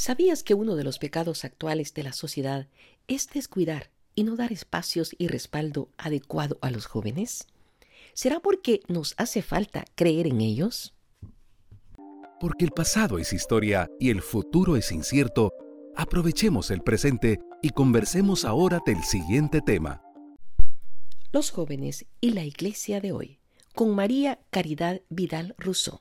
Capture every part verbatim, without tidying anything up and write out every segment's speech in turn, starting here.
¿Sabías que uno de los pecados actuales de la sociedad es descuidar y no dar espacios y respaldo adecuado a los jóvenes? ¿Será porque nos hace falta creer en ellos? Porque el pasado es historia y el futuro es incierto, aprovechemos el presente y conversemos ahora del siguiente tema. Los jóvenes y la iglesia de hoy, con María Caridad Vidal Rousseau.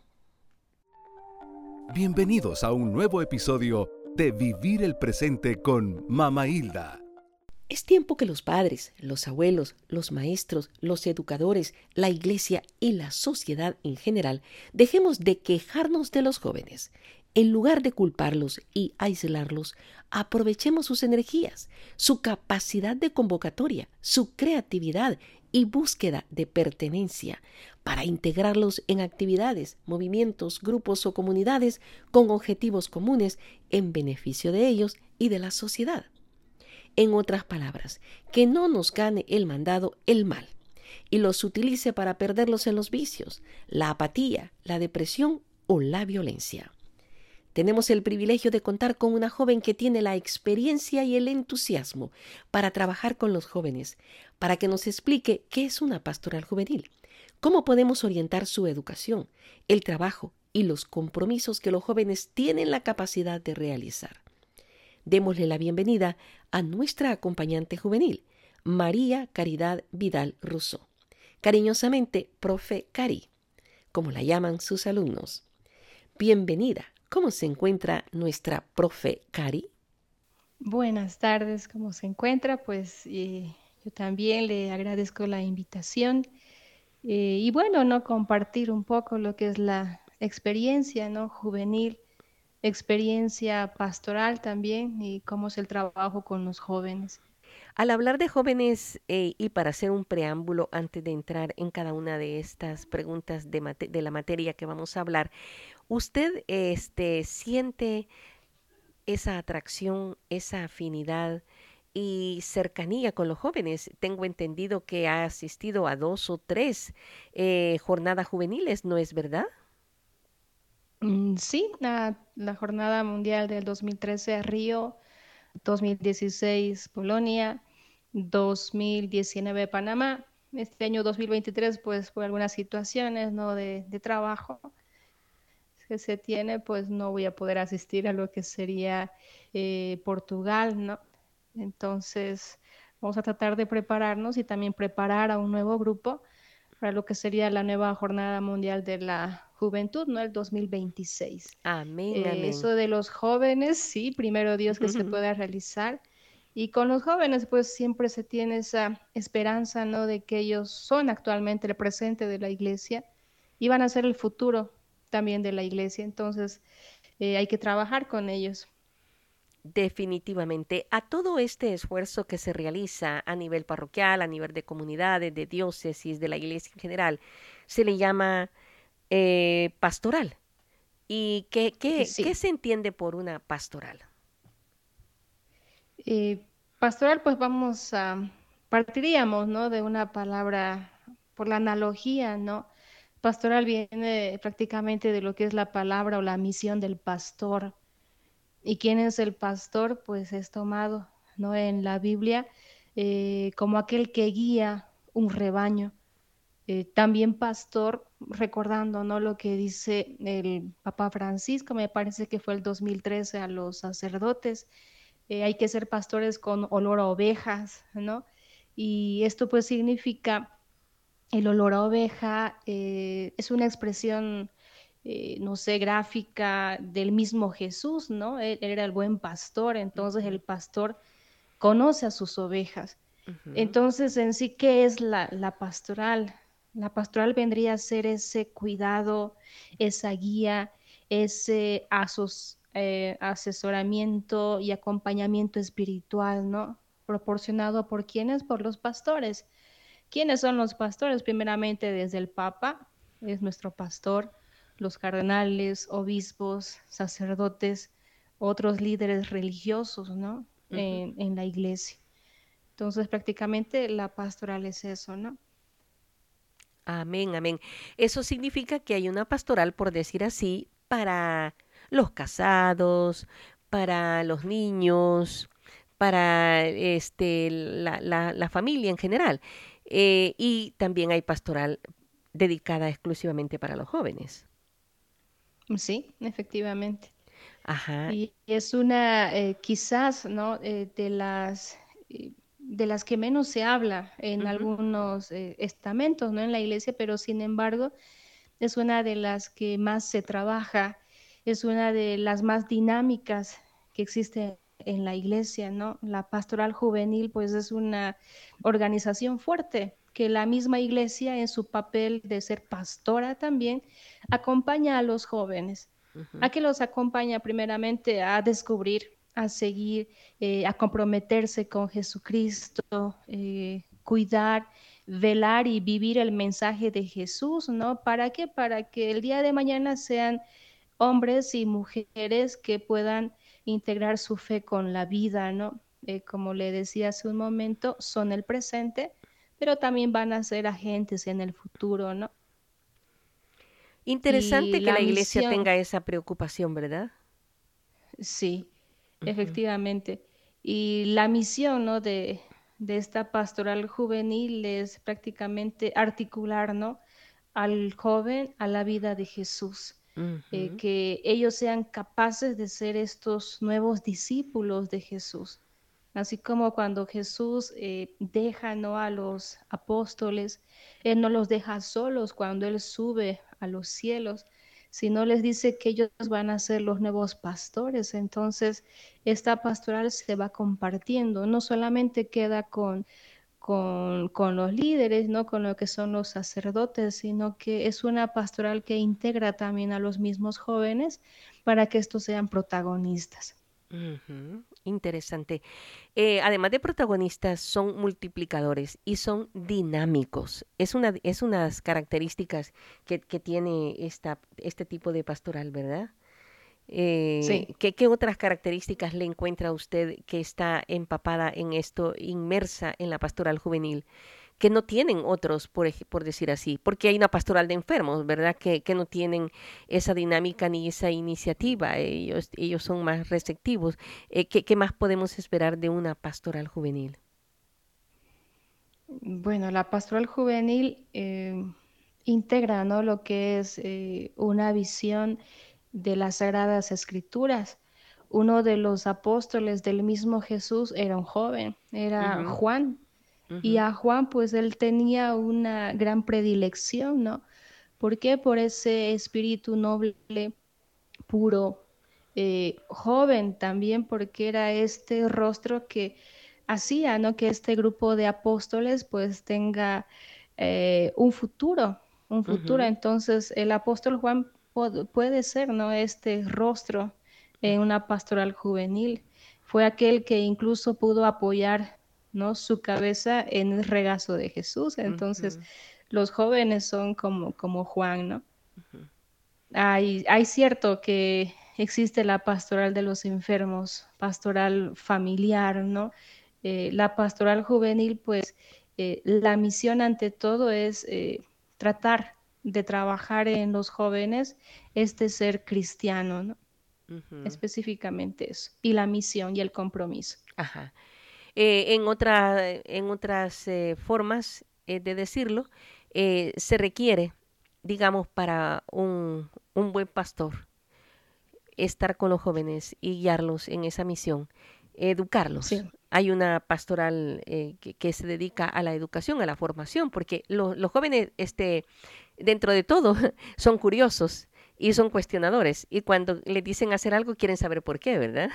Bienvenidos a un nuevo episodio de Vivir el Presente con Mama Hilda. Es tiempo que los padres, los abuelos, los maestros, los educadores, la iglesia y la sociedad en general dejemos de quejarnos de los jóvenes. En lugar de culparlos y aislarlos, aprovechemos sus energías, su capacidad de convocatoria, su creatividad y búsqueda de pertenencia para integrarlos en actividades, movimientos, grupos o comunidades con objetivos comunes en beneficio de ellos y de la sociedad. En otras palabras, que no nos gane el mandado el mal y los utilice para perderlos en los vicios, la apatía, la depresión o la violencia. Tenemos el privilegio de contar con una joven que tiene la experiencia y el entusiasmo para trabajar con los jóvenes, para que nos explique qué es una pastoral juvenil, cómo podemos orientar su educación, el trabajo y los compromisos que los jóvenes tienen la capacidad de realizar. Démosle la bienvenida a nuestra acompañante juvenil, María Caridad Vidal Rousseau, cariñosamente profe Cari, como la llaman sus alumnos. Bienvenida. ¿Cómo se encuentra nuestra profe Cari? Buenas tardes, ¿cómo se encuentra? Pues eh, yo también le agradezco la invitación eh, y bueno, ¿no? Compartir un poco lo que es la experiencia, ¿no? Juvenil, experiencia pastoral también y cómo es el trabajo con los jóvenes. Al hablar de jóvenes eh, y para hacer un preámbulo antes de entrar en cada una de estas preguntas de, mate- de la materia que vamos a hablar, ¿usted este, siente esa atracción, esa afinidad y cercanía con los jóvenes? Tengo entendido que ha asistido a dos o tres eh, jornadas juveniles, ¿no es verdad? Mm, sí, la, la Jornada Mundial del dos mil trece a Río, dos mil dieciséis Polonia, dos mil diecinueve Panamá. Este año dos mil veintitrés, pues por algunas situaciones, ¿no? de, de trabajo que se tiene, pues no voy a poder asistir a lo que sería eh, Portugal, ¿no? Entonces, vamos a tratar de prepararnos y también preparar a un nuevo grupo para lo que sería la nueva Jornada Mundial de la Juventud, ¿no? El dos mil veintiséis. Amén, Eh, amén. eso de los jóvenes, sí, primero Dios que se pueda realizar. Y con los jóvenes, pues siempre se tiene esa esperanza, ¿no? De que ellos son actualmente el presente de la iglesia y van a ser el futuro también de la iglesia. Entonces, eh, hay que trabajar con ellos. Definitivamente, a todo este esfuerzo que se realiza a nivel parroquial, a nivel de comunidades, de diócesis, de la iglesia en general, se le llama eh, pastoral. ¿Y qué, Eh, qué, qué sí. se entiende por una pastoral? Eh, Pastoral, pues vamos a, partiríamos, ¿no? De una palabra, por la analogía, ¿no? Pastoral viene prácticamente de lo que es la palabra o la misión del pastor. ¿Y quién es el pastor? Pues es tomado, ¿no? En la Biblia eh, como aquel que guía un rebaño. Eh, también pastor, recordando, ¿no? Lo que dice el Papa Francisco, me parece que fue el dos mil trece a los sacerdotes, eh, hay que ser pastores con olor a ovejas, ¿no? Y esto pues significa, el olor a oveja eh, es una expresión, eh, no sé, gráfica del mismo Jesús, ¿no? Él, él era el buen pastor, entonces el pastor conoce a sus ovejas. Ujú. Entonces, en sí, ¿qué es la, la pastoral? La pastoral vendría a ser ese cuidado, esa guía, ese asos- eh, asesoramiento y acompañamiento espiritual, ¿no? Proporcionado por quienes, por los pastores. ¿Quiénes son los pastores? Primeramente desde el Papa, es nuestro pastor, los cardenales, obispos, sacerdotes, otros líderes religiosos, ¿no? Ujú. En, en la iglesia. Entonces, prácticamente la pastoral es eso, ¿no? Amén, amén. Eso significa que hay una pastoral, por decir así, para los casados, para los niños, para este, la, la, la familia en general. Eh, y también hay pastoral dedicada exclusivamente para los jóvenes. Sí, efectivamente. Ajá. Y es una, eh, quizás, ¿no? Eh, de las, eh, de las que menos se habla en Ujú, algunos eh, estamentos, ¿no? En la iglesia, pero sin embargo es una de las que más se trabaja, es una de las más dinámicas que existe en la iglesia, ¿no? La pastoral juvenil, pues es una organización fuerte que la misma iglesia en su papel de ser pastora también acompaña a los jóvenes. ujú. ¿A qué los acompaña? Primeramente a descubrir, a seguir, eh, a comprometerse con Jesucristo, eh, cuidar, velar y vivir el mensaje de Jesús, ¿no? ¿Para qué? Para que el día de mañana sean hombres y mujeres que puedan integrar su fe con la vida, ¿no? Eh, como le decía hace un momento, son el presente, pero también van a ser agentes en el futuro, ¿no? Y Interesante que la la iglesia misión, tenga esa preocupación, ¿verdad? sí, Ujú, efectivamente. Y la misión, ¿no? de, de esta pastoral juvenil es prácticamente articular, ¿no? Al joven a la vida de Jesús, eh, ujú. que ellos sean capaces de ser estos nuevos discípulos de Jesús. Así como cuando Jesús eh, deja, ¿no? a los apóstoles, Él no los deja solos cuando Él sube a los cielos, sino les dice que ellos van a ser los nuevos pastores. Entonces, esta pastoral se va compartiendo, no solamente queda con con, con los líderes, ¿no? Con lo que son los sacerdotes, sino que es una pastoral que integra también a los mismos jóvenes para que estos sean protagonistas. Ujú, interesante. Eh, además de protagonistas, son multiplicadores y son dinámicos. Es una, es unas características que, que tiene esta, este tipo de pastoral, ¿verdad? Eh, Sí. ¿qué, qué otras características le encuentra a usted que está empapada en esto, inmersa en la pastoral juvenil, que no tienen otros, por, ej- por decir así? Porque hay una pastoral de enfermos, ¿verdad? Que, que no tienen esa dinámica ni esa iniciativa. Ellos, ellos son más receptivos. Eh, ¿qué, qué más podemos esperar de una pastoral juvenil? Bueno, la pastoral juvenil eh, integra, ¿no? Lo que es eh, una visión de las Sagradas Escrituras. Uno de los apóstoles del mismo Jesús era un joven, era Ujú, Juan. Y ujú, a Juan, pues él tenía una gran predilección, ¿no? ¿Por qué? Por ese espíritu noble, puro, eh, joven también, porque era este rostro que hacía, ¿no? Que este grupo de apóstoles pues tenga eh, un futuro, un futuro. ujú, Entonces el apóstol Juan pod- puede ser, ¿no? Este rostro en una pastoral juvenil. Fue aquel que incluso pudo apoyar, ¿no? Su cabeza en el regazo de Jesús. Entonces ujú, los jóvenes son como, como Juan, ¿no? ujú, Hay, hay cierto que existe la pastoral de los enfermos, pastoral familiar, ¿no? Eh, la pastoral juvenil, pues eh, la misión ante todo es eh, tratar de trabajar en los jóvenes este ser cristiano, ¿no? ujú. Específicamente eso, y la misión y el compromiso. Ajá. Eh, en otra, en otras eh, formas eh, de decirlo, eh, se requiere, digamos, para un, un buen pastor, estar con los jóvenes y guiarlos en esa misión, educarlos. Sí. Hay una pastoral eh, que, que se dedica a la educación, a la formación, porque lo- los jóvenes, este, dentro de todo, son curiosos y son cuestionadores. Y cuando les dicen hacer algo, quieren saber por qué, ¿verdad?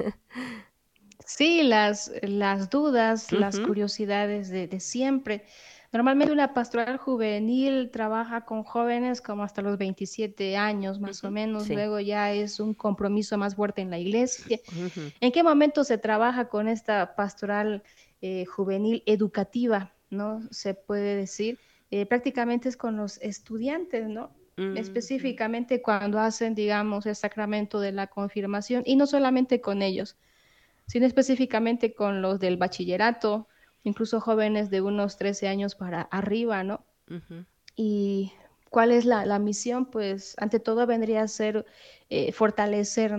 Sí, las, las dudas, las Ujú, curiosidades de, de siempre. Normalmente una pastoral juvenil trabaja con jóvenes como hasta los veintisiete años más o ujú, menos, sí. luego ya es un compromiso más fuerte en la iglesia. Ujú, ¿En qué momento se trabaja con esta pastoral eh, juvenil educativa, ¿no? Se puede decir, eh, prácticamente es con los estudiantes, ¿no? ujú, Específicamente cuando hacen, digamos, el sacramento de la confirmación y no solamente con ellos sino específicamente con los del bachillerato, incluso jóvenes de unos trece años para arriba, ¿no? ujú, Y cuál es la, la misión, pues ante todo vendría a ser eh, fortalecer, ¿no?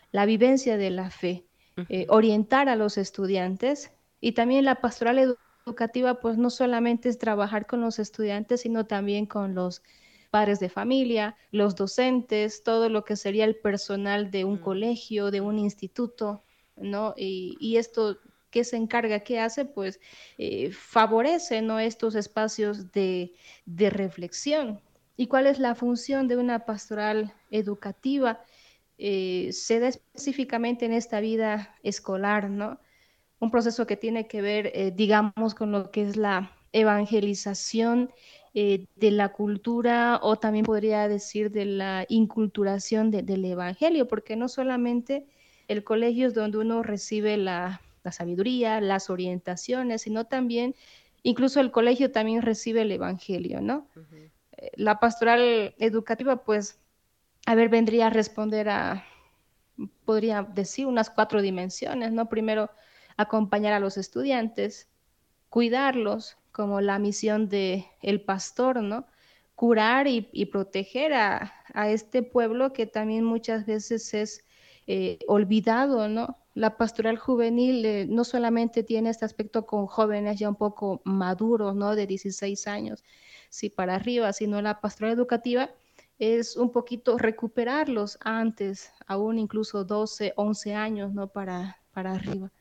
la vivencia de la fe, eh, orientar a los estudiantes. Y también la pastoral edu- educativa, pues no solamente es trabajar con los estudiantes, sino también con los padres de familia, los docentes, todo lo que sería el personal de un colegio, de un instituto, ¿no? Y, y esto, ¿qué se encarga? ¿Qué hace? Pues eh, favorece, ¿no?, estos espacios de, de reflexión. ¿Y cuál es la función de una pastoral educativa? Eh, se da específicamente en esta vida escolar, ¿no? Un proceso que tiene que ver, eh, digamos, con lo que es la evangelización eh, de la cultura, o también podría decir de la inculturación de, del evangelio, porque no solamente el colegio es donde uno recibe la, la sabiduría, las orientaciones, sino también, incluso el colegio también recibe el evangelio, ¿no? Ujú. Eh, La pastoral educativa, pues, a ver, vendría a responder a, podría decir, unas cuatro dimensiones, ¿no? Primero, acompañar a los estudiantes, cuidarlos, como la misión de el pastor, ¿no? Curar y, y proteger a, a, este pueblo que también muchas veces es eh, olvidado, ¿no? La pastoral juvenil eh, no solamente tiene este aspecto con jóvenes ya un poco maduros, ¿no?, de dieciséis años, sí, para arriba, sino la pastoral educativa es un poquito recuperarlos antes, aún incluso doce, once años, ¿no?, para, para arriba.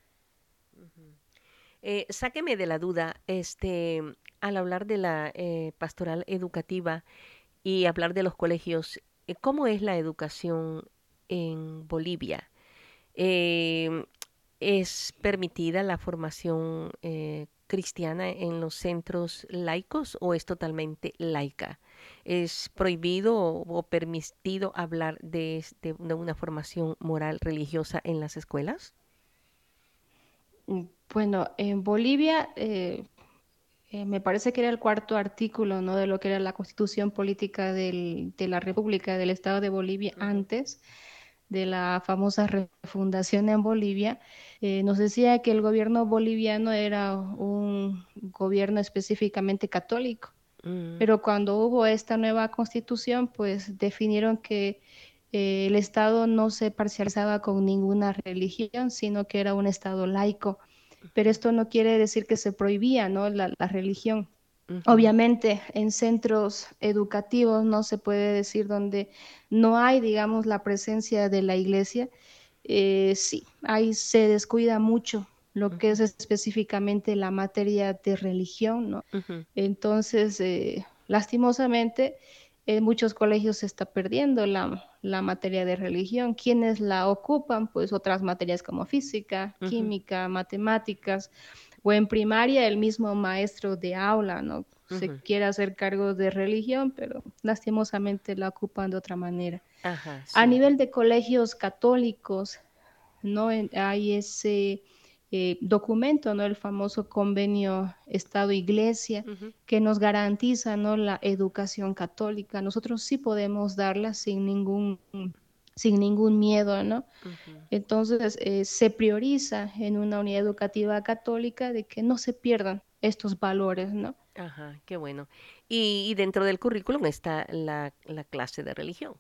Eh, sáqueme de la duda, este, al hablar de la eh, pastoral educativa y hablar de los colegios, eh, ¿cómo es la educación en Bolivia? Eh, ¿Es permitida la formación eh, cristiana en los centros laicos o es totalmente laica? ¿Es prohibido o, o permitido hablar de, este- de una formación moral religiosa en las escuelas? Mm, Bueno, en Bolivia eh, eh, me parece que era el cuarto artículo, ¿no?, de lo que era la Constitución Política del- de la República del Estado de Bolivia Ujú, antes de la famosa refundación en Bolivia. Eh, nos decía que el gobierno boliviano era un gobierno específicamente católico, mm, pero cuando hubo esta nueva constitución, pues definieron que eh, el Estado no se parcializaba con ninguna religión, sino que era un Estado laico. Pero esto no quiere decir que se prohibía, ¿no?, la, la religión. ujú, Obviamente, en centros educativos no se puede decir donde no hay, digamos, la presencia de la iglesia. Eh, sí, ahí se descuida mucho lo que es ujú, específicamente la materia de religión, ¿no? ujú, Entonces, eh, lastimosamente, en muchos colegios se está perdiendo la, la materia de religión. ¿Quiénes la ocupan? Pues otras materias como física, ujú, química, matemáticas, o en primaria el mismo maestro de aula, ¿no? Se ujú. quiere hacer cargo de religión, pero lastimosamente la ocupan de otra manera. Ajá, A sí. nivel de colegios católicos, ¿no? En- hay ese eh, documento, ¿no?, el famoso convenio Estado-Iglesia, Ujú, que nos garantiza, ¿no?, la educación católica. Nosotros sí podemos darla sin ningún, sin ningún miedo, ¿no? ujú. Entonces, eh, se prioriza en una unidad educativa católica de que no se pierdan estos valores, ¿no? Ajá, qué bueno. Y, y dentro del currículum está la, la clase de religión.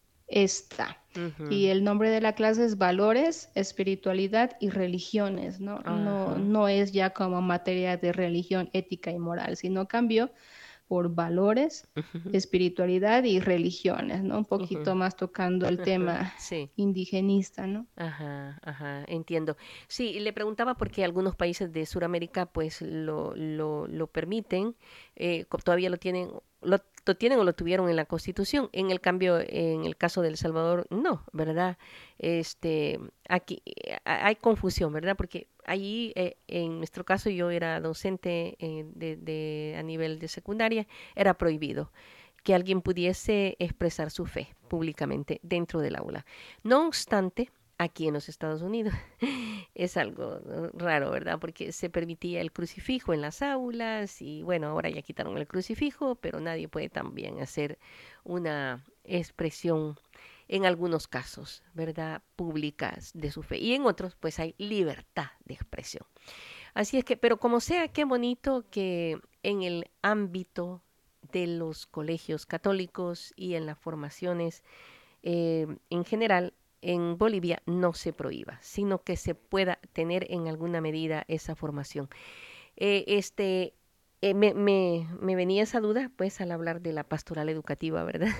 Está. Y Ujú, el nombre de la clase es Valores, Espiritualidad y Religiones, ¿no? No, ajá, no es ya como materia de religión, ética y moral, sino cambió por valores, ujú, espiritualidad y religiones, ¿no? Un ujú, poquito más tocando el ajá, tema sí. indigenista, ¿no? Ajá, ajá, entiendo. Sí, le preguntaba porque algunos países de Sudamérica pues lo, lo, lo permiten, eh, co- todavía lo tienen, lo, lo tienen o lo tuvieron en la Constitución. En el cambio, en el caso de El Salvador, no, ¿verdad? Este, aquí eh, ha- hay confusión, ¿verdad? Porque allí, eh, en nuestro caso, yo era docente eh, de, de, a nivel de secundaria, era prohibido que alguien pudiese expresar su fe públicamente dentro del aula. No obstante, aquí en los Estados Unidos es algo ¿no? raro, ¿verdad? Porque se permitía el crucifijo en las aulas y bueno, ahora ya quitaron el crucifijo, pero nadie puede también hacer una expresión en algunos casos, ¿verdad? Públicas de su fe. Y en otros, pues hay libertad de expresión. Así es que, pero como sea, qué bonito que en el ámbito de los colegios católicos y en las formaciones eh, en general en Bolivia no se prohíba, sino que se pueda tener en alguna medida esa formación. Eh, este, eh, me, me, me venía esa duda, pues, al hablar de la pastoral educativa, ¿verdad?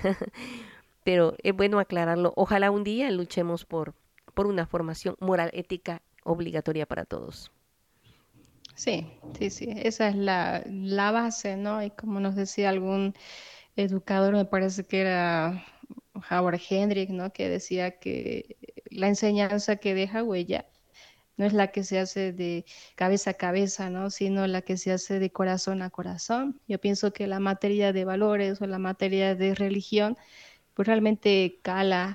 Pero es bueno aclararlo. Ojalá un día luchemos por, por una formación moral, ética obligatoria para todos. Sí, sí, sí, esa es la, la base, ¿no? Y como nos decía algún educador, me parece que era Howard Hendrick, ¿no? Que decía que la enseñanza que deja huella no es la que se hace de cabeza a cabeza, ¿no? Sino la que se hace de corazón a corazón. Yo pienso que la materia de valores o la materia de religión, pues realmente cala,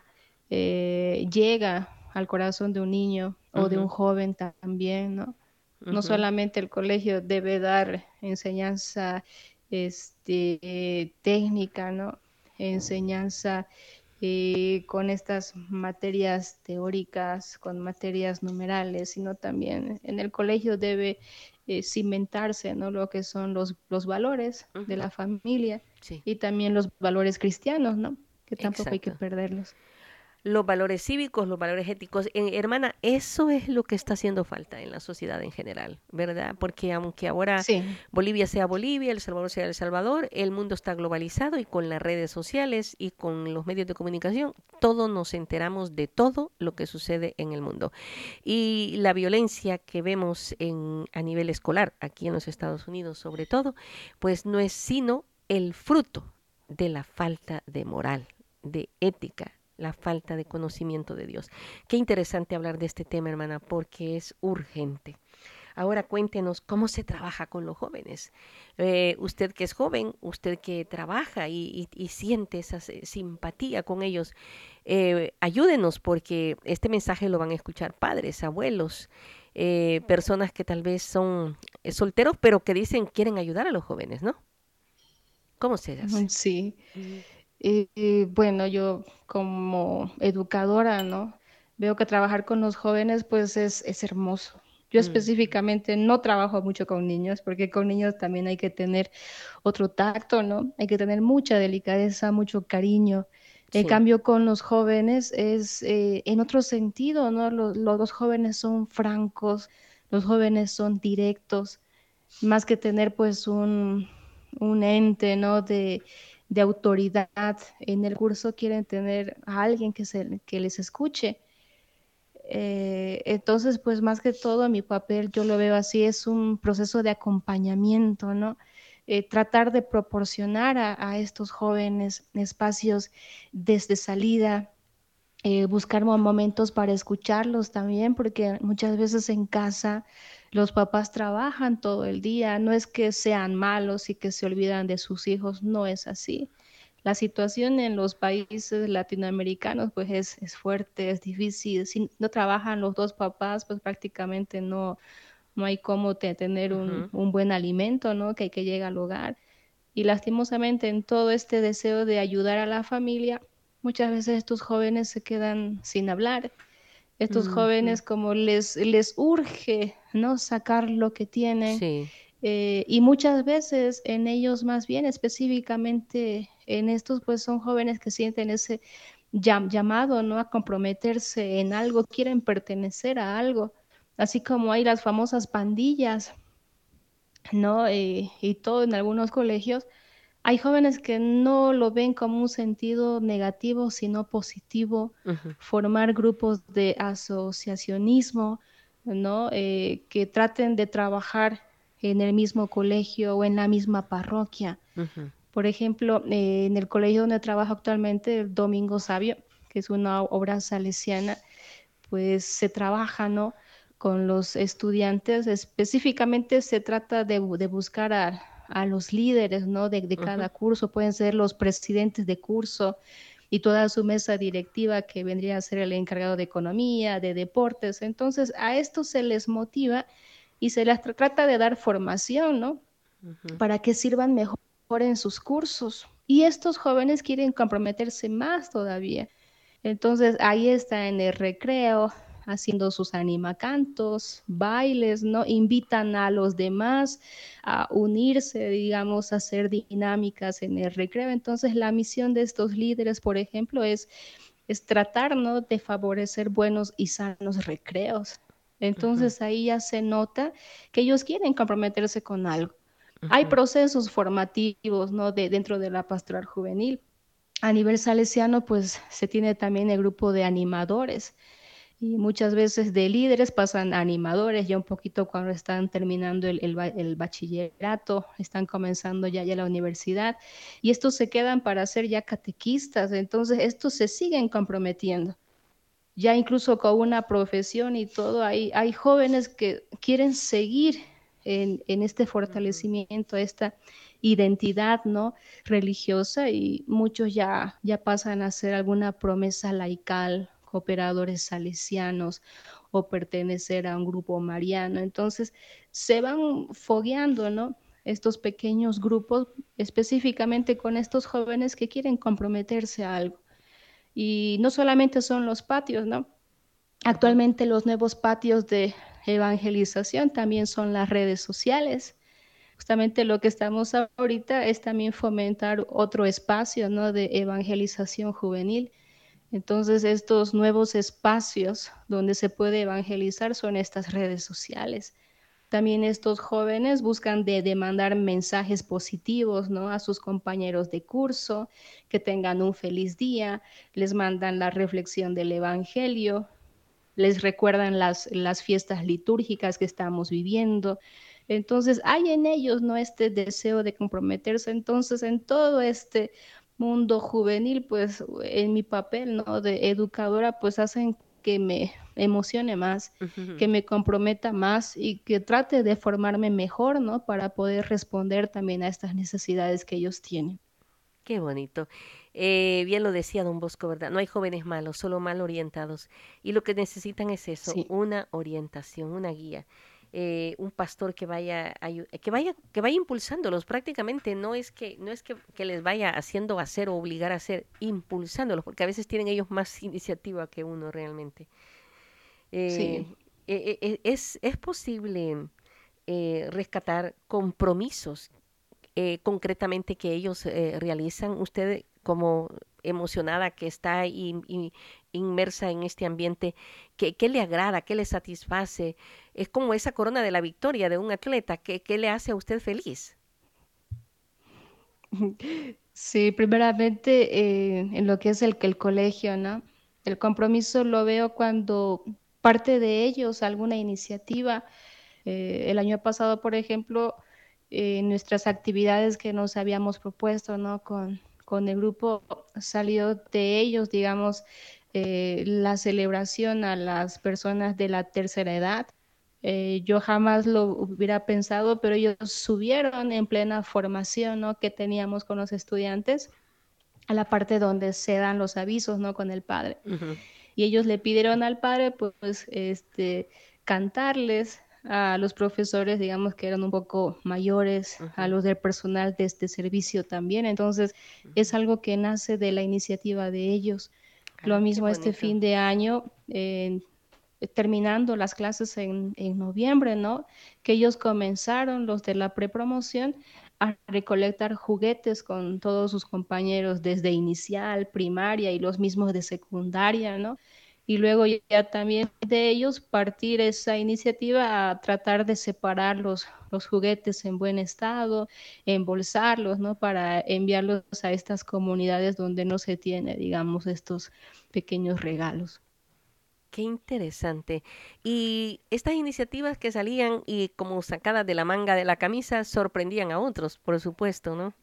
eh, llega al corazón de un niño o de un Uh-huh, joven también, ¿no? No uh-huh, solamente el colegio debe dar enseñanza este, eh, técnica, ¿no? Enseñanza eh, con estas materias teóricas, con materias numerales, sino también en el colegio debe eh, cimentarse, ¿no? Lo que son los, los valores de uh-huh. la familia Sí, y también los valores cristianos, ¿no? Que tampoco hay que exacto. perderlos. Los valores cívicos, los valores éticos. Eh, hermana, eso es lo que está haciendo falta en la sociedad en general, ¿verdad? Porque aunque ahora Sí, Bolivia sea Bolivia, El Salvador sea El Salvador, el mundo está globalizado y con las redes sociales y con los medios de comunicación, todos nos enteramos de todo lo que sucede en el mundo. Y la violencia que vemos en, a nivel escolar, aquí en los Estados Unidos sobre todo, pues no es sino el fruto de la falta de moral, de ética, la falta de conocimiento de Dios. Qué interesante hablar de este tema, hermana, porque es urgente. Ahora cuéntenos cómo se trabaja con los jóvenes. Eh, usted que es joven, usted que trabaja y, y, y siente esa simpatía con ellos, eh, ayúdenos porque este mensaje lo van a escuchar padres, abuelos, eh, personas que tal vez son eh, solteros, pero que dicen quieren ayudar a los jóvenes, ¿no? ¿Cómo se hace? sí. Uh-huh. Y, y, bueno, yo como educadora, ¿no? Veo que trabajar con los jóvenes pues es, es hermoso. Yo Mm, específicamente no trabajo mucho con niños porque con niños también hay que tener otro tacto, ¿no? Hay que tener mucha delicadeza, mucho cariño. En sí. cambio, con los jóvenes es eh, en otro sentido, ¿no? Los, los, los jóvenes son francos, los jóvenes son directos, más que tener pues un, un ente, ¿no? De, de autoridad en el curso, quieren tener a alguien que, se, que les escuche. Eh, entonces, pues más que todo, mi papel, yo lo veo así, es un proceso de acompañamiento, ¿no? Eh, tratar de proporcionar a, a estos jóvenes espacios desde salida, eh, buscar momentos para escucharlos también, porque muchas veces en casa los papás trabajan todo el día, no es que sean malos y que se olvidan de sus hijos, no es así. La situación en los países latinoamericanos pues es, es fuerte, es difícil. Si no trabajan los dos papás, pues prácticamente no, no hay cómo te, tener un, Uh-huh. un buen alimento, ¿no? Que, que llega al hogar. Y lastimosamente en todo este deseo de ayudar a la familia, muchas veces estos jóvenes se quedan sin hablar. Estos Uh-huh. jóvenes como les, les urge, ¿no? Sacar lo que tienen. Sí. Eh, y muchas veces en ellos más bien, específicamente en estos, pues son jóvenes que sienten ese llam llamado, ¿no? A comprometerse en algo, quieren pertenecer a algo. Así como hay las famosas pandillas, ¿no? Eh, y todo en algunos colegios hay jóvenes que no lo ven como un sentido negativo, sino positivo, Uh-huh. formar grupos de asociacionismo, ¿no? Eh, que traten de trabajar en el mismo colegio o en la misma parroquia. Uh-huh. Por ejemplo, eh, en el colegio donde trabajo actualmente, el Domingo Sabio, que es una obra salesiana, pues se trabaja, ¿no? Con los estudiantes, específicamente se trata de, de buscar a, a, los líderes, ¿no? De, de Uh-huh. cada curso, pueden ser los presidentes de curso y toda su mesa directiva que vendría a ser el encargado de economía, de deportes. Entonces, a esto se les motiva y se les tra trata de dar formación, ¿no? Uh-huh. Para que sirvan mejor en sus cursos. Y estos jóvenes quieren comprometerse más todavía. Entonces ahí está en el recreo, haciendo sus animacantos, bailes, ¿no? Invitan a los demás a unirse, digamos, a hacer dinámicas en el recreo. Entonces la misión de estos líderes, por ejemplo, es es tratar, ¿no?, de favorecer buenos y sanos recreos. Entonces uh-huh. ahí ya se nota que ellos quieren comprometerse con algo. Uh-huh. Hay procesos formativos, ¿no?, de, dentro de la pastoral juvenil. A nivel salesiano, pues se tiene también el grupo de animadores, y muchas veces de líderes pasan a animadores, ya un poquito cuando están terminando el, el, el bachillerato, están comenzando ya, ya la universidad, y estos se quedan para ser ya catequistas. Entonces estos se siguen comprometiendo, ya incluso con una profesión y todo. Hay, hay jóvenes que quieren seguir en, en este fortalecimiento, esta identidad, ¿no?, religiosa, y muchos ya, ya pasan a hacer alguna promesa laical, cooperadores salesianos, o pertenecer a un grupo mariano. Entonces se van fogueando, ¿no?, estos pequeños grupos, específicamente con estos jóvenes que quieren comprometerse a algo. Y no solamente son los patios, ¿no? Actualmente los nuevos patios de evangelización también son las redes sociales. Justamente lo que estamos ahorita es también fomentar otro espacio, ¿no?, de evangelización juvenil. Entonces estos nuevos espacios donde se puede evangelizar son estas redes sociales. También estos jóvenes buscan de demandar mensajes positivos, ¿no?, a sus compañeros de curso, que tengan un feliz día, les mandan la reflexión del evangelio, les recuerdan las, las fiestas litúrgicas que estamos viviendo. Entonces hay en ellos, ¿no?, este deseo de comprometerse. Entonces en todo este mundo juvenil, pues en mi papel, ¿no?, de educadora, pues hacen que me emocione más, uh-huh. que me comprometa más y que trate de formarme mejor, ¿no?, para poder responder también a estas necesidades que ellos tienen. Qué bonito. Eh, bien lo decía don Bosco, ¿verdad? No hay jóvenes malos, solo mal orientados. Y lo que necesitan es eso, sí. una orientación, una guía. Eh, un pastor que vaya, que vaya, que vaya impulsándolos. Prácticamente no es que, no es que, que les vaya haciendo hacer o obligar a hacer, impulsándolos, porque a veces tienen ellos más iniciativa que uno realmente. Eh, sí. eh, eh, es, es posible eh, rescatar compromisos Eh, concretamente que ellos eh, realizan. Usted, como emocionada que está in, in, inmersa en este ambiente, ¿qué, ¿qué le agrada? ¿Qué le satisface? Es como esa corona de la victoria de un atleta. ¿Qué, qué le hace a usted feliz? Sí, primeramente eh, en lo que es el, el colegio, ¿no? El compromiso lo veo cuando parte de ellos alguna iniciativa. Eh, el año pasado, por ejemplo, eh, nuestras actividades que nos habíamos propuesto, ¿no?, con, con el grupo, salió de ellos, digamos, eh, la celebración a las personas de la tercera edad. Eh, yo jamás lo hubiera pensado, pero ellos subieron en plena formación, ¿no?, que teníamos con los estudiantes, a la parte donde se dan los avisos, ¿no?, con el padre. Uh-huh. Y ellos le pidieron al padre, pues, este, cantarles a los profesores, digamos, que eran un poco mayores, uh-huh. a los del personal de este servicio también. Entonces, uh-huh. es algo que nace de la iniciativa de ellos. Ah, lo mismo este fin de año, eh, terminando las clases en, en noviembre, ¿no?, que ellos comenzaron, los de la prepromoción, a recolectar juguetes con todos sus compañeros desde inicial, primaria y los mismos de secundaria, ¿no? Y luego ya también de ellos partir esa iniciativa a tratar de separar los, los juguetes en buen estado, embolsarlos, ¿no?, para enviarlos a estas comunidades donde no se tiene, digamos, estos pequeños regalos. Qué interesante. Y estas iniciativas que salían y como sacadas de la manga de la camisa sorprendían a otros, por supuesto, ¿no?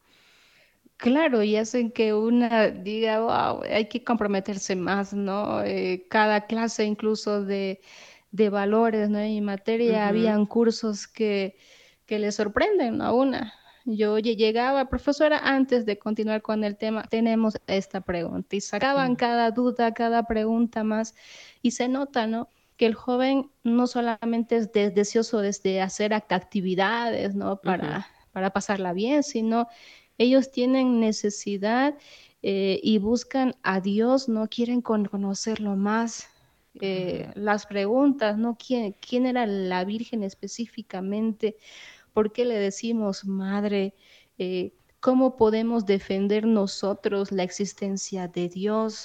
Claro, y hacen que una diga, wow, hay que comprometerse más, ¿no? Eh, cada clase incluso de, de valores, ¿no?, y materia, uh-huh. habían cursos que, que le sorprenden a una. Yo llegaba, profesora, antes de continuar con el tema, tenemos esta pregunta, y sacaban uh-huh. cada duda, cada pregunta más, y se nota, ¿no?, que el joven no solamente es de, deseoso de hacer actividades, ¿no?, para, uh-huh. para pasarla bien, sino ellos tienen necesidad eh, y buscan a Dios, ¿no? Quieren con, conocerlo más. Eh, uh-huh. Las preguntas, ¿no? ¿Quién, ¿Quién era la Virgen específicamente? ¿Por qué le decimos madre? Eh, ¿Cómo podemos defender nosotros la existencia de Dios?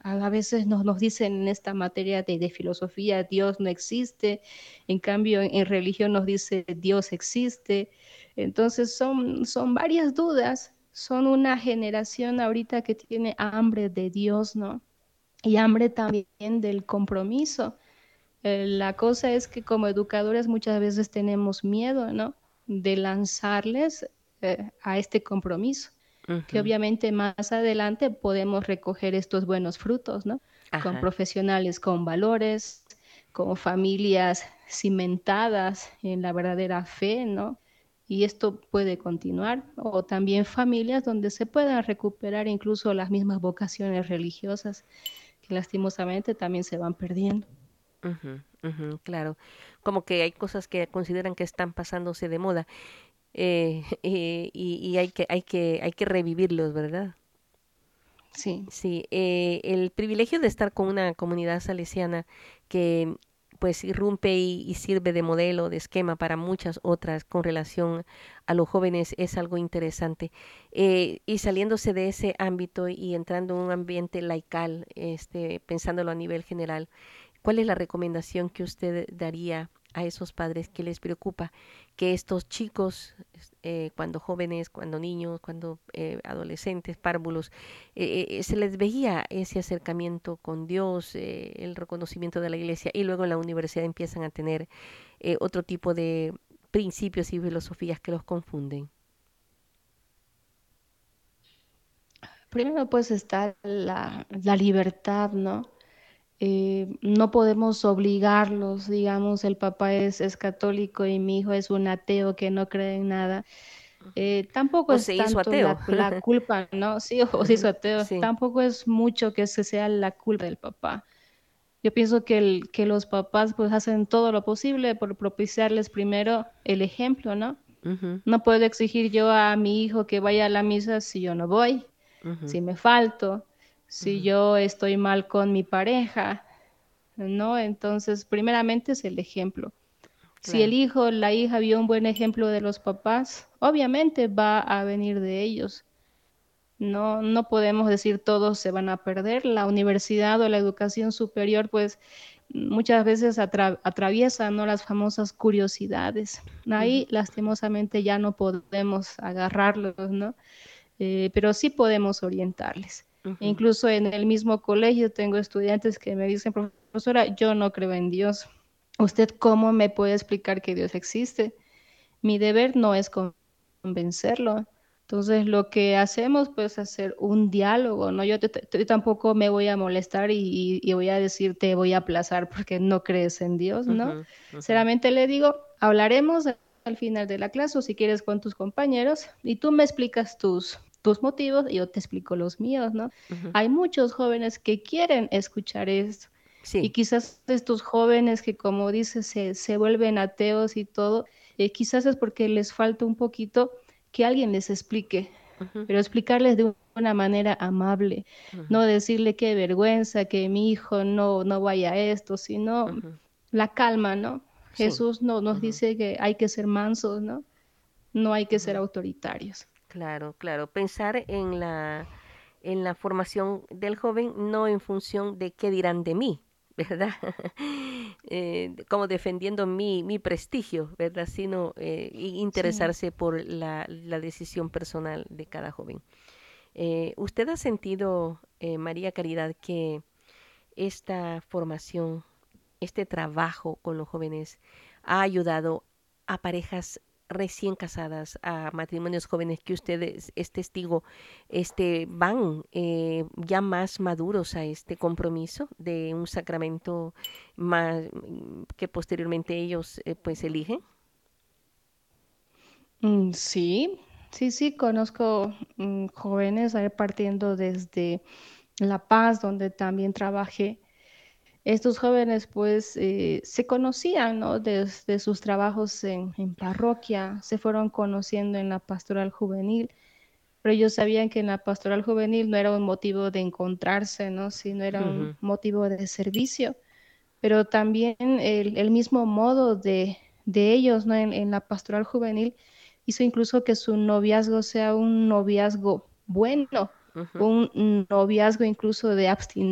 a veces nos, nos dicen en esta materia de, de filosofía, Dios no existe, en cambio en, en religión nos dice Dios existe. Entonces son, son varias dudas, son una generación ahorita que tiene hambre de Dios, ¿no? Y hambre también del compromiso. Eh, la cosa es que como educadores muchas veces tenemos miedo, ¿no? De lanzarles eh, a este compromiso, que Ujú. obviamente más adelante podemos recoger estos buenos frutos, ¿no? Con Ajá. profesionales con valores, con familias cimentadas en la verdadera fe, ¿no? Y esto puede continuar, o también familias donde se puedan recuperar incluso las mismas vocaciones religiosas que lastimosamente también se van perdiendo. Ujú, ujú, claro. Como que hay cosas que consideran que están pasándose de moda, eh, eh, y, y hay que, hay que, hay que revivirlos, ¿verdad? Sí. Sí, eh, el privilegio de estar con una comunidad salesiana que pues irrumpe y, y sirve de modelo, de esquema para muchas otras con relación a los jóvenes es algo interesante. Eh, y saliéndose de ese ámbito y entrando en un ambiente laical, este, pensándolo a nivel general, ¿cuál es la recomendación que usted daría a esos padres que les preocupa que estos chicos, eh, cuando jóvenes, cuando niños, cuando eh, adolescentes, párvulos, eh, eh, se les veía ese acercamiento con Dios, eh, el reconocimiento de la iglesia, y luego en la universidad empiezan a tener eh, otro tipo de principios y filosofías que los confunden? Primero pues está la, la libertad, ¿no? Eh, no podemos obligarlos, digamos, el papá es, es católico y mi hijo es un ateo que no cree en nada. Eh, tampoco O es se hizo tanto ateo. la, la culpa, ¿no? Sí, o se hizo ateo, Sí. tampoco es mucho que ese sea la culpa del papá. Yo pienso que, el, que los papás pues hacen todo lo posible por propiciarles primero el ejemplo, ¿no? Ujú, No puedo exigir yo a mi hijo que vaya a la misa si yo no voy, ujú, si me falto, si ujú, yo estoy mal con mi pareja, ¿no? Entonces, primeramente es el ejemplo. Si el claro. hijo o la hija vio un buen ejemplo de los papás, obviamente va a venir de ellos. No, no podemos decir todos se van a perder. La universidad o la educación superior, pues muchas veces atra atraviesa, ¿no? Las famosas curiosidades. Ujú, Ahí lastimosamente ya no podemos agarrarlos, ¿no? Eh, pero sí podemos orientarles. E ujú, incluso en el mismo colegio tengo estudiantes que me dicen, profesora, yo no creo en Dios. ¿Usted cómo me puede explicar que Dios existe? Mi deber no es convencerlo. Entonces, lo que hacemos, pues, hacer un diálogo, ¿no? Yo te- te- tampoco me voy a molestar y, y voy a decir te voy a aplazar porque no crees en Dios, ¿no? ujú, ujú, Solamente le digo, hablaremos al final de la clase o si quieres con tus compañeros y tú me explicas tus, tus motivos y yo te explico los míos, ¿no? ujú. Hay muchos jóvenes que quieren escuchar esto y Sí. quizás estos jóvenes que, como dices, se, se vuelven ateos y todo, eh, quizás es porque les falta un poquito que alguien les explique, Ujú, pero explicarles de una manera amable, ujú, no decirle qué vergüenza que mi hijo no, no vaya a esto, sino ujú. la calma, ¿no? Sí. Jesús no, nos Ujú, dice que hay que ser mansos, ¿no? No hay que ser ujú. autoritarios. Claro, claro. Pensar en la, en la formación del joven, no en función de qué dirán de mí, ¿verdad? Eh, como defendiendo mi, mi prestigio, ¿verdad? Sino eh, y Sí. interesarse por la, la decisión personal de cada joven. Eh, ¿usted ha sentido, eh, María Caridad, que esta formación, este trabajo con los jóvenes ha ayudado a parejas recién casadas, a matrimonios jóvenes que usted es, es testigo, este, van eh, ya más maduros a este compromiso de un sacramento más que posteriormente ellos eh, pues eligen? Mm, sí, sí, sí, conozco mm, jóvenes ahí partiendo desde La Paz, donde también trabajé. Estos jóvenes pues eh, se conocían, ¿no? Desde sus trabajos en, en parroquia, se fueron conociendo en la pastoral juvenil, pero ellos sabían que en la pastoral juvenil no era un motivo de encontrarse, ¿no? Sino era un Ujú, motivo de servicio, pero también el, el mismo modo de, de ellos, ¿no? En, en la pastoral juvenil hizo incluso que su noviazgo sea un noviazgo bueno, ujú, un noviazgo incluso de abstinencia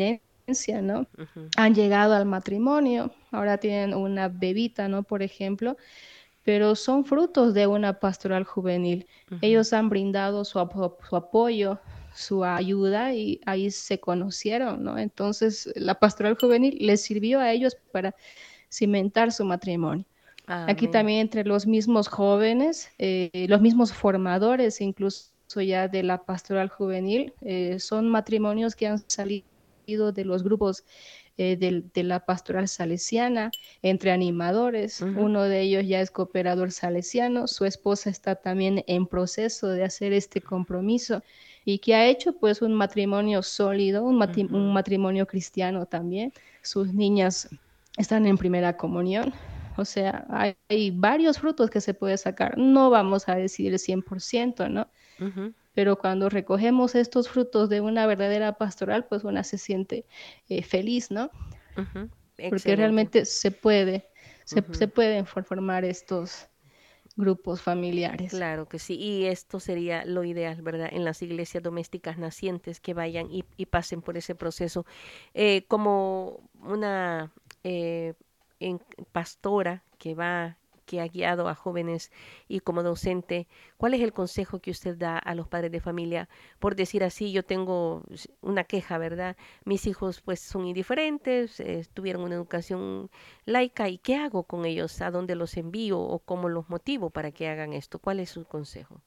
¿no? Ujú. Han llegado al matrimonio, ahora tienen una bebita, ¿no? Por ejemplo, pero son frutos de una pastoral juvenil. Ujú. Ellos han brindado su, apo- su apoyo, su ayuda y ahí se conocieron, ¿no? Entonces, la pastoral juvenil les sirvió a ellos para cimentar su matrimonio. Aquí Amén. también entre los mismos jóvenes, eh, los mismos formadores, incluso ya de la pastoral juvenil, eh, son matrimonios que han salido de los grupos eh, del- de, la pastoral salesiana, entre animadores. Ujú. Uno de ellos ya es cooperador salesiano, su esposa está también en proceso de hacer este compromiso y que ha hecho pues un matrimonio sólido, un, mati- un Ujú. matrimonio cristiano también. Sus niñas están en primera comunión. O sea, hay, hay varios frutos que se puede sacar. No vamos a decir el cien por ciento, ¿no? Ujú. Pero cuando recogemos estos frutos de una verdadera pastoral, pues una se siente eh, feliz, ¿no? Ujú. Porque Excelente. realmente se puede, se, se Ujú. pueden for- formar estos grupos familiares. Claro que sí, y esto sería lo ideal, ¿verdad? En las iglesias domésticas nacientes que vayan y, y pasen por ese proceso. Eh, como una eh, en- pastora que va, que ha guiado a jóvenes y como docente, ¿cuál es el consejo que usted da a los padres de familia? Por decir así, yo tengo s- una queja, ¿verdad? Mis hijos pues son indiferentes, eh, tuvieron una educación laica, ¿y qué hago con ellos? ¿A dónde los envío o cómo los motivo para que hagan esto? ¿Cuál es su consejo?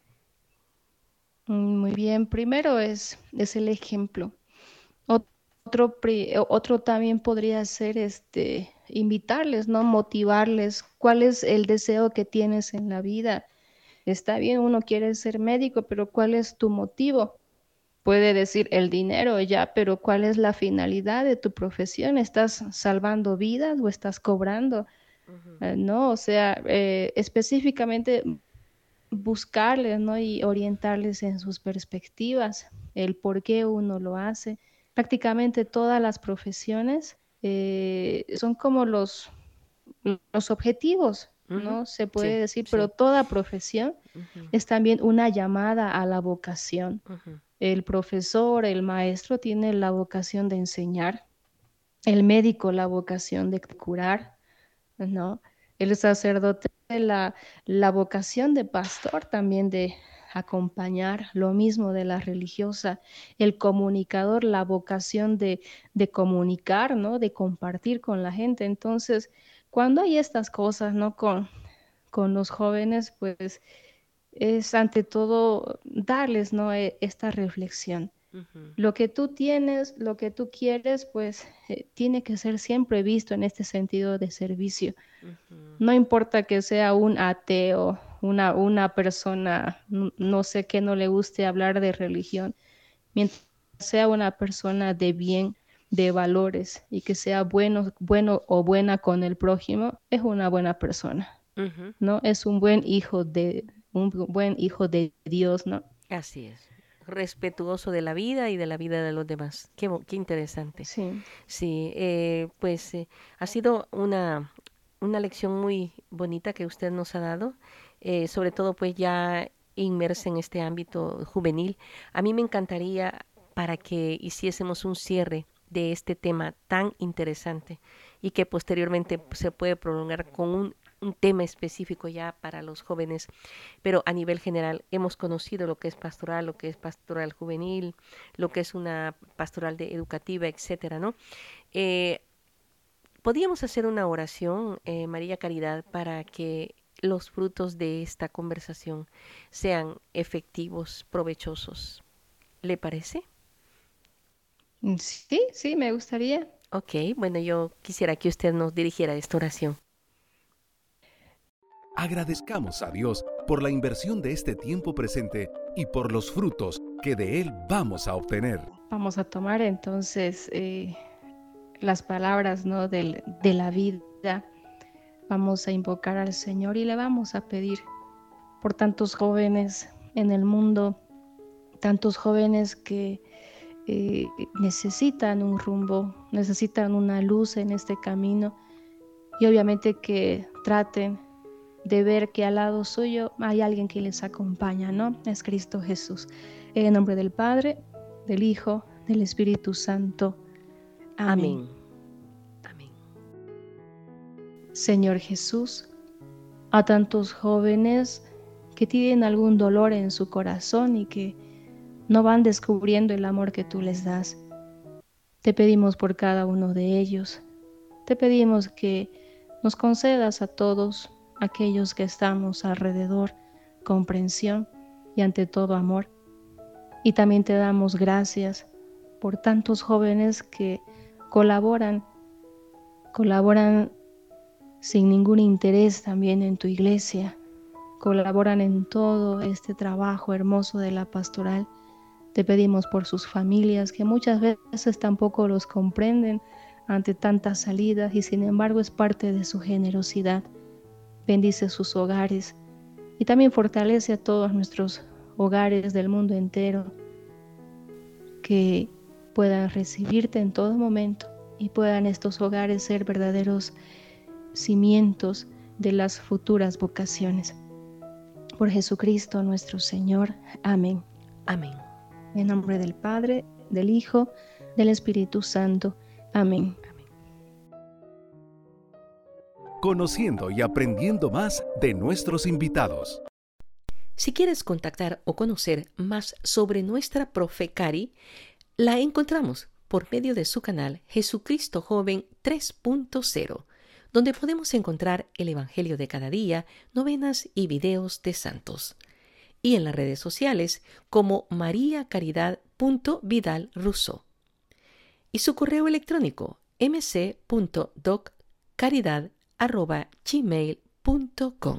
Mm, Muy bien, primero es, es el ejemplo. Ot- Otro, pri- eh, otro también podría ser este, invitarles, ¿no? Motivarles. ¿Cuál es el deseo que tienes en la vida? Está bien, uno quiere ser médico, pero ¿cuál es tu motivo? Puede decir el dinero ya, pero ¿cuál es la finalidad de tu profesión? ¿Estás salvando vidas o estás cobrando? Ujú. Eh, no, o sea, eh, específicamente buscarles, ¿no? Y orientarles en sus perspectivas, el por qué uno lo hace. Prácticamente todas las profesiones eh, son como los, los objetivos, Ujú. ¿no? Se Sí, puede decir, pero sí. toda profesión Ujú. es también una llamada a la vocación. Ujú. El profesor, el maestro tiene la vocación de enseñar, el médico la vocación de curar, ¿no? El sacerdote la, la vocación de pastor también de acompañar, lo mismo de la religiosa, el comunicador la vocación de, de comunicar, ¿no? De compartir con la gente. Entonces, cuando hay estas cosas, ¿no? Con, con los jóvenes, pues es ante todo darles, ¿no? E- Esta reflexión. Ujú. Lo que tú tienes, lo que tú quieres, pues eh, tiene que ser siempre visto en este sentido de servicio. Ujú. No importa que sea un ateo, una, una persona, n- no sé, que no le guste hablar de religión, mientras sea una persona de bien, de valores y que sea bueno, bueno o buena con el prójimo, es una buena persona, Ujú. ¿no? Es un buen hijo de, un buen hijo de Dios, ¿no? Así es. Respetuoso de la vida y de la vida de los demás. Qué, bo- qué interesante. Sí. Sí, eh, pues eh, ha sido una, una lección muy bonita que usted nos ha dado, eh, sobre todo pues ya inmersa en este ámbito juvenil. A mí me encantaría para que hiciésemos un cierre de este tema tan interesante y que posteriormente pues, se puede prolongar con un, un tema específico ya para los jóvenes, pero a nivel general hemos conocido lo que es pastoral, lo que es pastoral juvenil, lo que es una pastoral de educativa, etcétera, ¿no? Eh, Podríamos hacer una oración, eh, María Caridad, para que los frutos de esta conversación sean efectivos, provechosos. ¿Le parece? Mm, Sí, sí, me gustaría. Ok, bueno, yo quisiera que usted nos dirigiera esta oración. Agradezcamos a Dios por la inversión de este tiempo presente y por los frutos que de Él vamos a obtener. Vamos a tomar entonces eh, las palabras, ¿no? del- de la vida. Vamos a invocar al Señor y le vamos a pedir por tantos jóvenes en el mundo, tantos jóvenes que eh, necesitan un rumbo, necesitan una luz en este camino y obviamente que traten de ver que al lado suyo hay alguien que les acompaña, ¿no? Es Cristo Jesús. En el nombre del Padre, del Hijo, del Espíritu Santo. Amén. Amén. Amén. Señor Jesús, a tantos jóvenes que tienen algún dolor en su corazón y que no van descubriendo el amor que tú les das, te pedimos por cada uno de ellos. Te pedimos que nos concedas a todos aquellos que estamos alrededor comprensión y ante todo amor. Y también te damos gracias por tantos jóvenes que colaboran, colaboran sin ningún interés también en tu iglesia, colaboran en todo este trabajo hermoso de la pastoral. Te pedimos por sus familias, que muchas veces tampoco los comprenden ante tantas salidas y sin embargo es parte de su generosidad. Bendice sus hogares y también fortalece a todos nuestros hogares del mundo entero, que puedan recibirte en todo momento y puedan estos hogares ser verdaderos cimientos de las futuras vocaciones. Por Jesucristo nuestro Señor. Amén. Amén. En nombre del Padre, del Hijo, del Espíritu Santo. Amén. Conociendo y aprendiendo más de nuestros invitados. Si quieres contactar o conocer más sobre nuestra profe Cari, la encontramos por medio de su canal Jesucristo Joven tres punto cero, donde podemos encontrar el Evangelio de cada día, novenas y videos de santos. Y en las redes sociales como maría caridad punto vidal russo. Y su correo electrónico m c punto doc caridad arroba gmail punto com.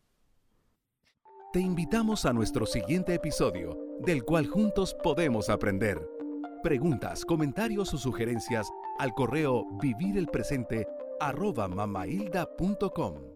Te invitamos a nuestro siguiente episodio, del cual juntos podemos aprender. Preguntas, comentarios o sugerencias al correo vivirelpresente arroba mamahilda punto com.